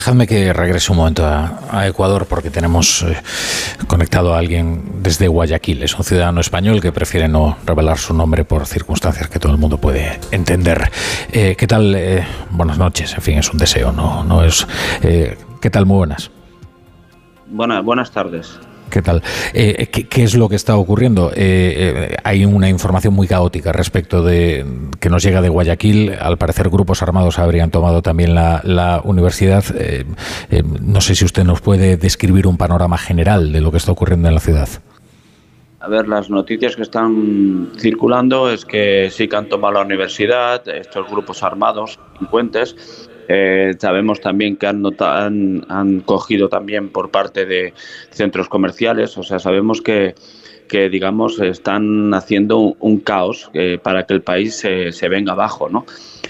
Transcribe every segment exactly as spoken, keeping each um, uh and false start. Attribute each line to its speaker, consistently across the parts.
Speaker 1: Dejadme que regrese un momento a, a Ecuador porque tenemos eh, conectado a alguien desde Guayaquil. Es un ciudadano español que prefiere no revelar su nombre por circunstancias que todo el mundo puede entender. Eh, ¿Qué tal? Eh, buenas noches. En fin, es un deseo, no, no es... Eh, ¿Qué tal? Muy buenas.
Speaker 2: Buenas, buenas tardes.
Speaker 1: ¿Qué tal? Eh, ¿qué, ¿Qué es lo que está ocurriendo? Eh, eh, hay una información muy caótica respecto de que nos llega de Guayaquil. Al parecer, grupos armados habrían tomado también la, la universidad. Eh, eh, no sé si usted nos puede describir un panorama general de lo que está ocurriendo en la ciudad.
Speaker 2: A ver, las noticias que están circulando es que sí que han tomado la universidad, estos grupos armados, delincuentes. Eh, sabemos también que han, nota, han, han cogido también por parte de centros comerciales, o sea, sabemos que, que digamos, están haciendo un, un caos eh, para que el país se, se venga abajo, ¿no?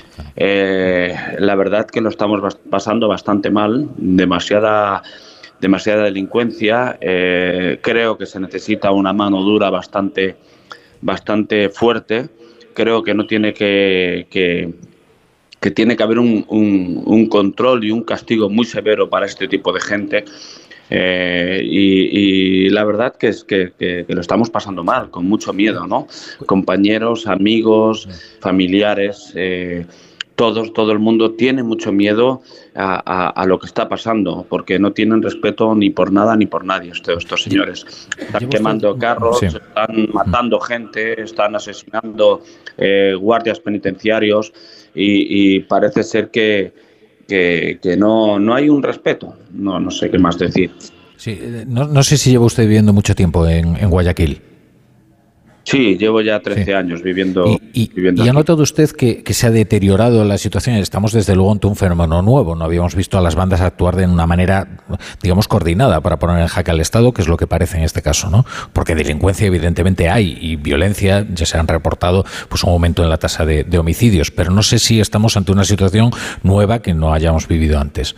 Speaker 2: Eh, la verdad que lo estamos pasando bastante mal, demasiada, demasiada delincuencia, eh, creo que se necesita una mano dura bastante, bastante fuerte, creo que no tiene que... que que tiene que haber un, un, un control y un castigo muy severo para este tipo de gente. Eh, y, y la verdad que es que, que, que lo estamos pasando mal, con mucho miedo, ¿no? Compañeros, amigos, familiares, eh, todos, todo el mundo tiene mucho miedo a, a, a lo que está pasando, porque no tienen respeto ni por nada ni por nadie estos, estos señores. Están quemando carros, sí. Están matando gente, están asesinando eh, guardias penitenciarios y, y parece ser que, que, que no, no hay un respeto. No, no sé qué más decir.
Speaker 1: Sí, no, no sé si lleva usted viviendo mucho tiempo en, en Guayaquil.
Speaker 2: Sí, llevo ya trece sí. años viviendo,
Speaker 1: y, y,
Speaker 2: viviendo
Speaker 1: ¿Y ha
Speaker 2: aquí.
Speaker 1: notado usted que, que se ha deteriorado la situación? Estamos desde luego ante un fenómeno nuevo. No habíamos visto a las bandas actuar de una manera, digamos, coordinada para poner en jaque al Estado, que es lo que parece en este caso, ¿no? Porque delincuencia evidentemente hay y violencia, ya se han reportado pues un aumento en la tasa de, de homicidios, pero no sé si estamos ante una situación nueva que no hayamos vivido antes.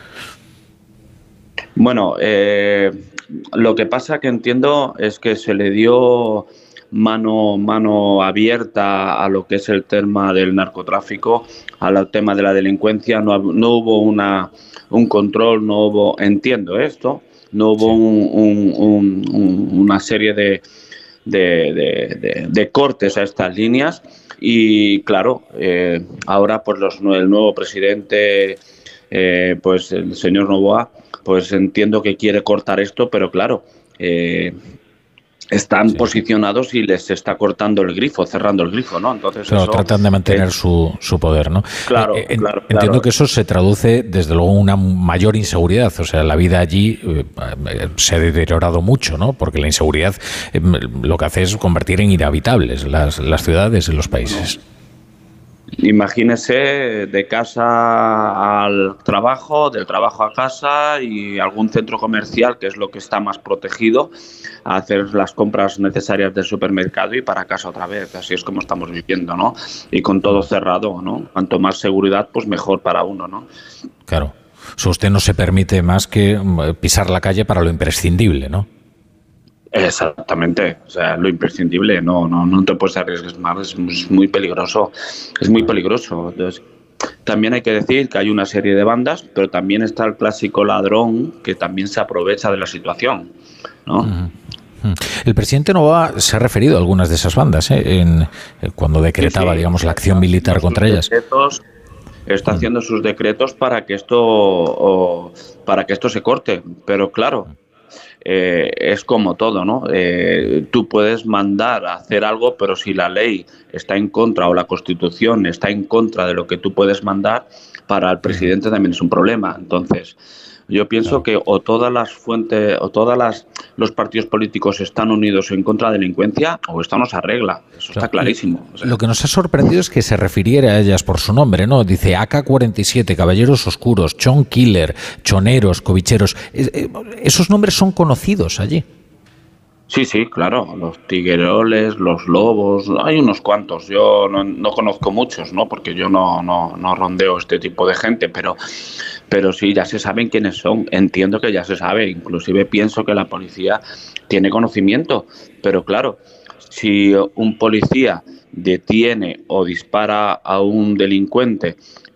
Speaker 2: Bueno, eh, lo que pasa que entiendo es que se le dio mano mano abierta a lo que es el tema del narcotráfico, al tema de la delincuencia. No, no hubo una un control, no hubo, entiendo esto, no hubo sí. un, un, un, un, una serie de, de, de, de, de cortes a estas líneas y claro, eh, ahora pues los, el nuevo presidente, eh, pues el señor Noboa, pues entiendo que quiere cortar esto, pero claro, eh, están sí. posicionados y les está cortando el grifo, cerrando el grifo, ¿no? Entonces
Speaker 1: claro,
Speaker 2: eso,
Speaker 1: tratan de mantener
Speaker 2: eh,
Speaker 1: su, su poder, ¿no?
Speaker 2: Claro,
Speaker 1: eh,
Speaker 2: claro,
Speaker 1: Entiendo
Speaker 2: claro.
Speaker 1: que eso se traduce, desde luego, en una mayor inseguridad. O sea, la vida allí eh, se ha deteriorado mucho, ¿no? Porque la inseguridad eh, lo que hace es convertir en inhabitables las, las ciudades y los países.
Speaker 2: Imagínese de casa al trabajo, del trabajo a casa y algún centro comercial, que es lo que está más protegido, a hacer las compras necesarias del supermercado y para casa otra vez. Así es como estamos viviendo, ¿no? Y con todo cerrado, ¿no? Cuanto más seguridad, pues mejor para uno, ¿no?
Speaker 1: Claro. O sea, usted no se permite más que pisar la calle para lo imprescindible, ¿no?
Speaker 2: Exactamente, o sea, lo imprescindible, no, no, no te puedes arriesgar más, es muy peligroso, es muy peligroso. Entonces, también hay que decir que hay una serie de bandas, pero también está el clásico ladrón que también se aprovecha de la situación, ¿no?
Speaker 1: Uh-huh. El presidente Noboa se ha referido a algunas de esas bandas, ¿eh? en, cuando decretaba, sí, sí, digamos, la acción militar contra ellas.
Speaker 2: Decretos, está uh-huh. haciendo sus decretos para que esto, o, para que esto se corte, pero claro. Eh, es como todo, ¿no? Eh, tú puedes mandar a hacer algo, pero si la ley está en contra o la Constitución está en contra de lo que tú puedes mandar, para el presidente también es un problema. Entonces, yo pienso claro. que o todas las fuentes o todas las los partidos políticos están unidos en contra de la delincuencia o esto no se arregla. Eso claro. está clarísimo. O sea,
Speaker 1: lo que nos ha sorprendido es que se refiriera a ellas por su nombre, ¿no? Dice A K cuarenta y siete, Caballeros Oscuros, Chon Killer, Choneros, Covicheros. Esos nombres son conocidos allí.
Speaker 2: Sí, sí, claro, los tigueroles, los lobos, hay unos cuantos, yo no, no conozco muchos, ¿no? Porque yo no, no, no rondeo este tipo de gente, pero, pero sí, ya se saben quiénes son, entiendo que ya se sabe, inclusive pienso que la policía tiene conocimiento, pero claro, si un policía detiene o dispara a un delincuente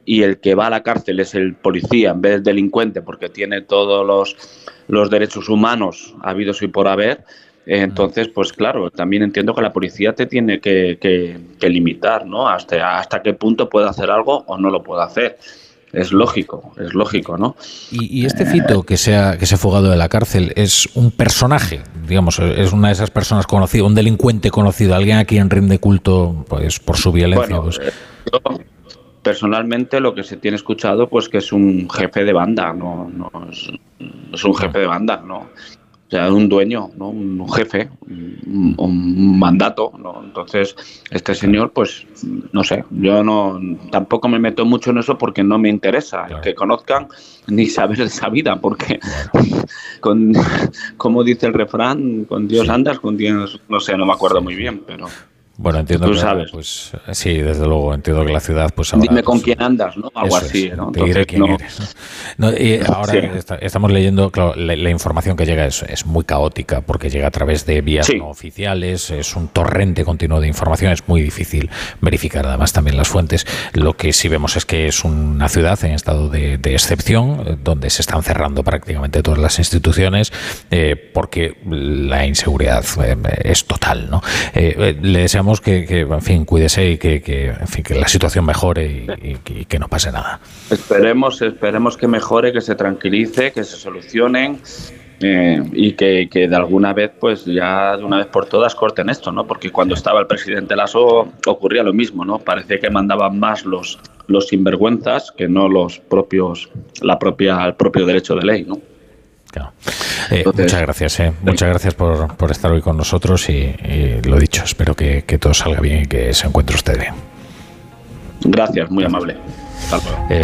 Speaker 2: y el que va a la cárcel es el policía en vez del delincuente porque tiene todos los, los derechos humanos habidos y por haber, entonces, pues claro, también entiendo que la policía te tiene que, que, que limitar, ¿no? Hasta, hasta qué punto puede hacer algo o no lo puede hacer. Es lógico, es lógico, ¿no?
Speaker 1: Y, y este Fito que se, ha, que se ha fugado de la cárcel es un personaje, digamos, es una de esas personas conocidas, un delincuente conocido, alguien a quien rinde culto pues por su violencia.
Speaker 2: Bueno,
Speaker 1: pues.
Speaker 2: yo, personalmente lo que se tiene escuchado pues que es un jefe de banda, no, no es, es un jefe de banda, no. O sea, un dueño, ¿no? Un jefe, un, un mandato, ¿no? Entonces, este señor, pues, no sé, yo no tampoco me meto mucho en eso porque no me interesa claro. que conozcan ni saber de esa vida, porque, claro. con, como dice el refrán, con Dios sí. andas, con Dios, no sé, no me acuerdo muy bien, pero...
Speaker 1: Bueno, entiendo
Speaker 2: Tú
Speaker 1: que
Speaker 2: sabes.
Speaker 1: Pues sí, desde luego, entiendo que la ciudad pues ahora,
Speaker 2: dime con
Speaker 1: pues,
Speaker 2: quién andas, ¿no? Algo así,
Speaker 1: es,
Speaker 2: ¿no?
Speaker 1: Te diré quién
Speaker 2: no.
Speaker 1: eres. No, y ahora sí. está, estamos leyendo, claro, la, la información que llega es, es muy caótica porque llega a través de vías sí. no oficiales, es un torrente continuo de información, es muy difícil verificar además también las fuentes. Lo que sí vemos es que es una ciudad en estado de, de excepción, donde se están cerrando prácticamente todas las instituciones eh, porque la inseguridad eh, es total, ¿no? Eh, le deseamos que, que en fin, cuídese y que, que, en fin, que la situación mejore y, y, y que no pase nada.
Speaker 2: Esperemos, esperemos que mejore, que se tranquilice, que se solucionen eh, y que, que de alguna vez, pues ya de una vez por todas corten esto, ¿no? Porque cuando estaba el presidente Lasso ocurría lo mismo, ¿no? Parece que mandaban más los, los sinvergüenzas que no los propios, la propia, el propio derecho de ley, ¿no?
Speaker 1: Claro. Eh, Entonces, muchas gracias, eh. muchas gracias por, por estar hoy con nosotros y, y lo dicho, espero que, que todo salga bien y que se encuentre usted bien.
Speaker 2: Gracias, muy amable. Hasta luego.
Speaker 1: Eh,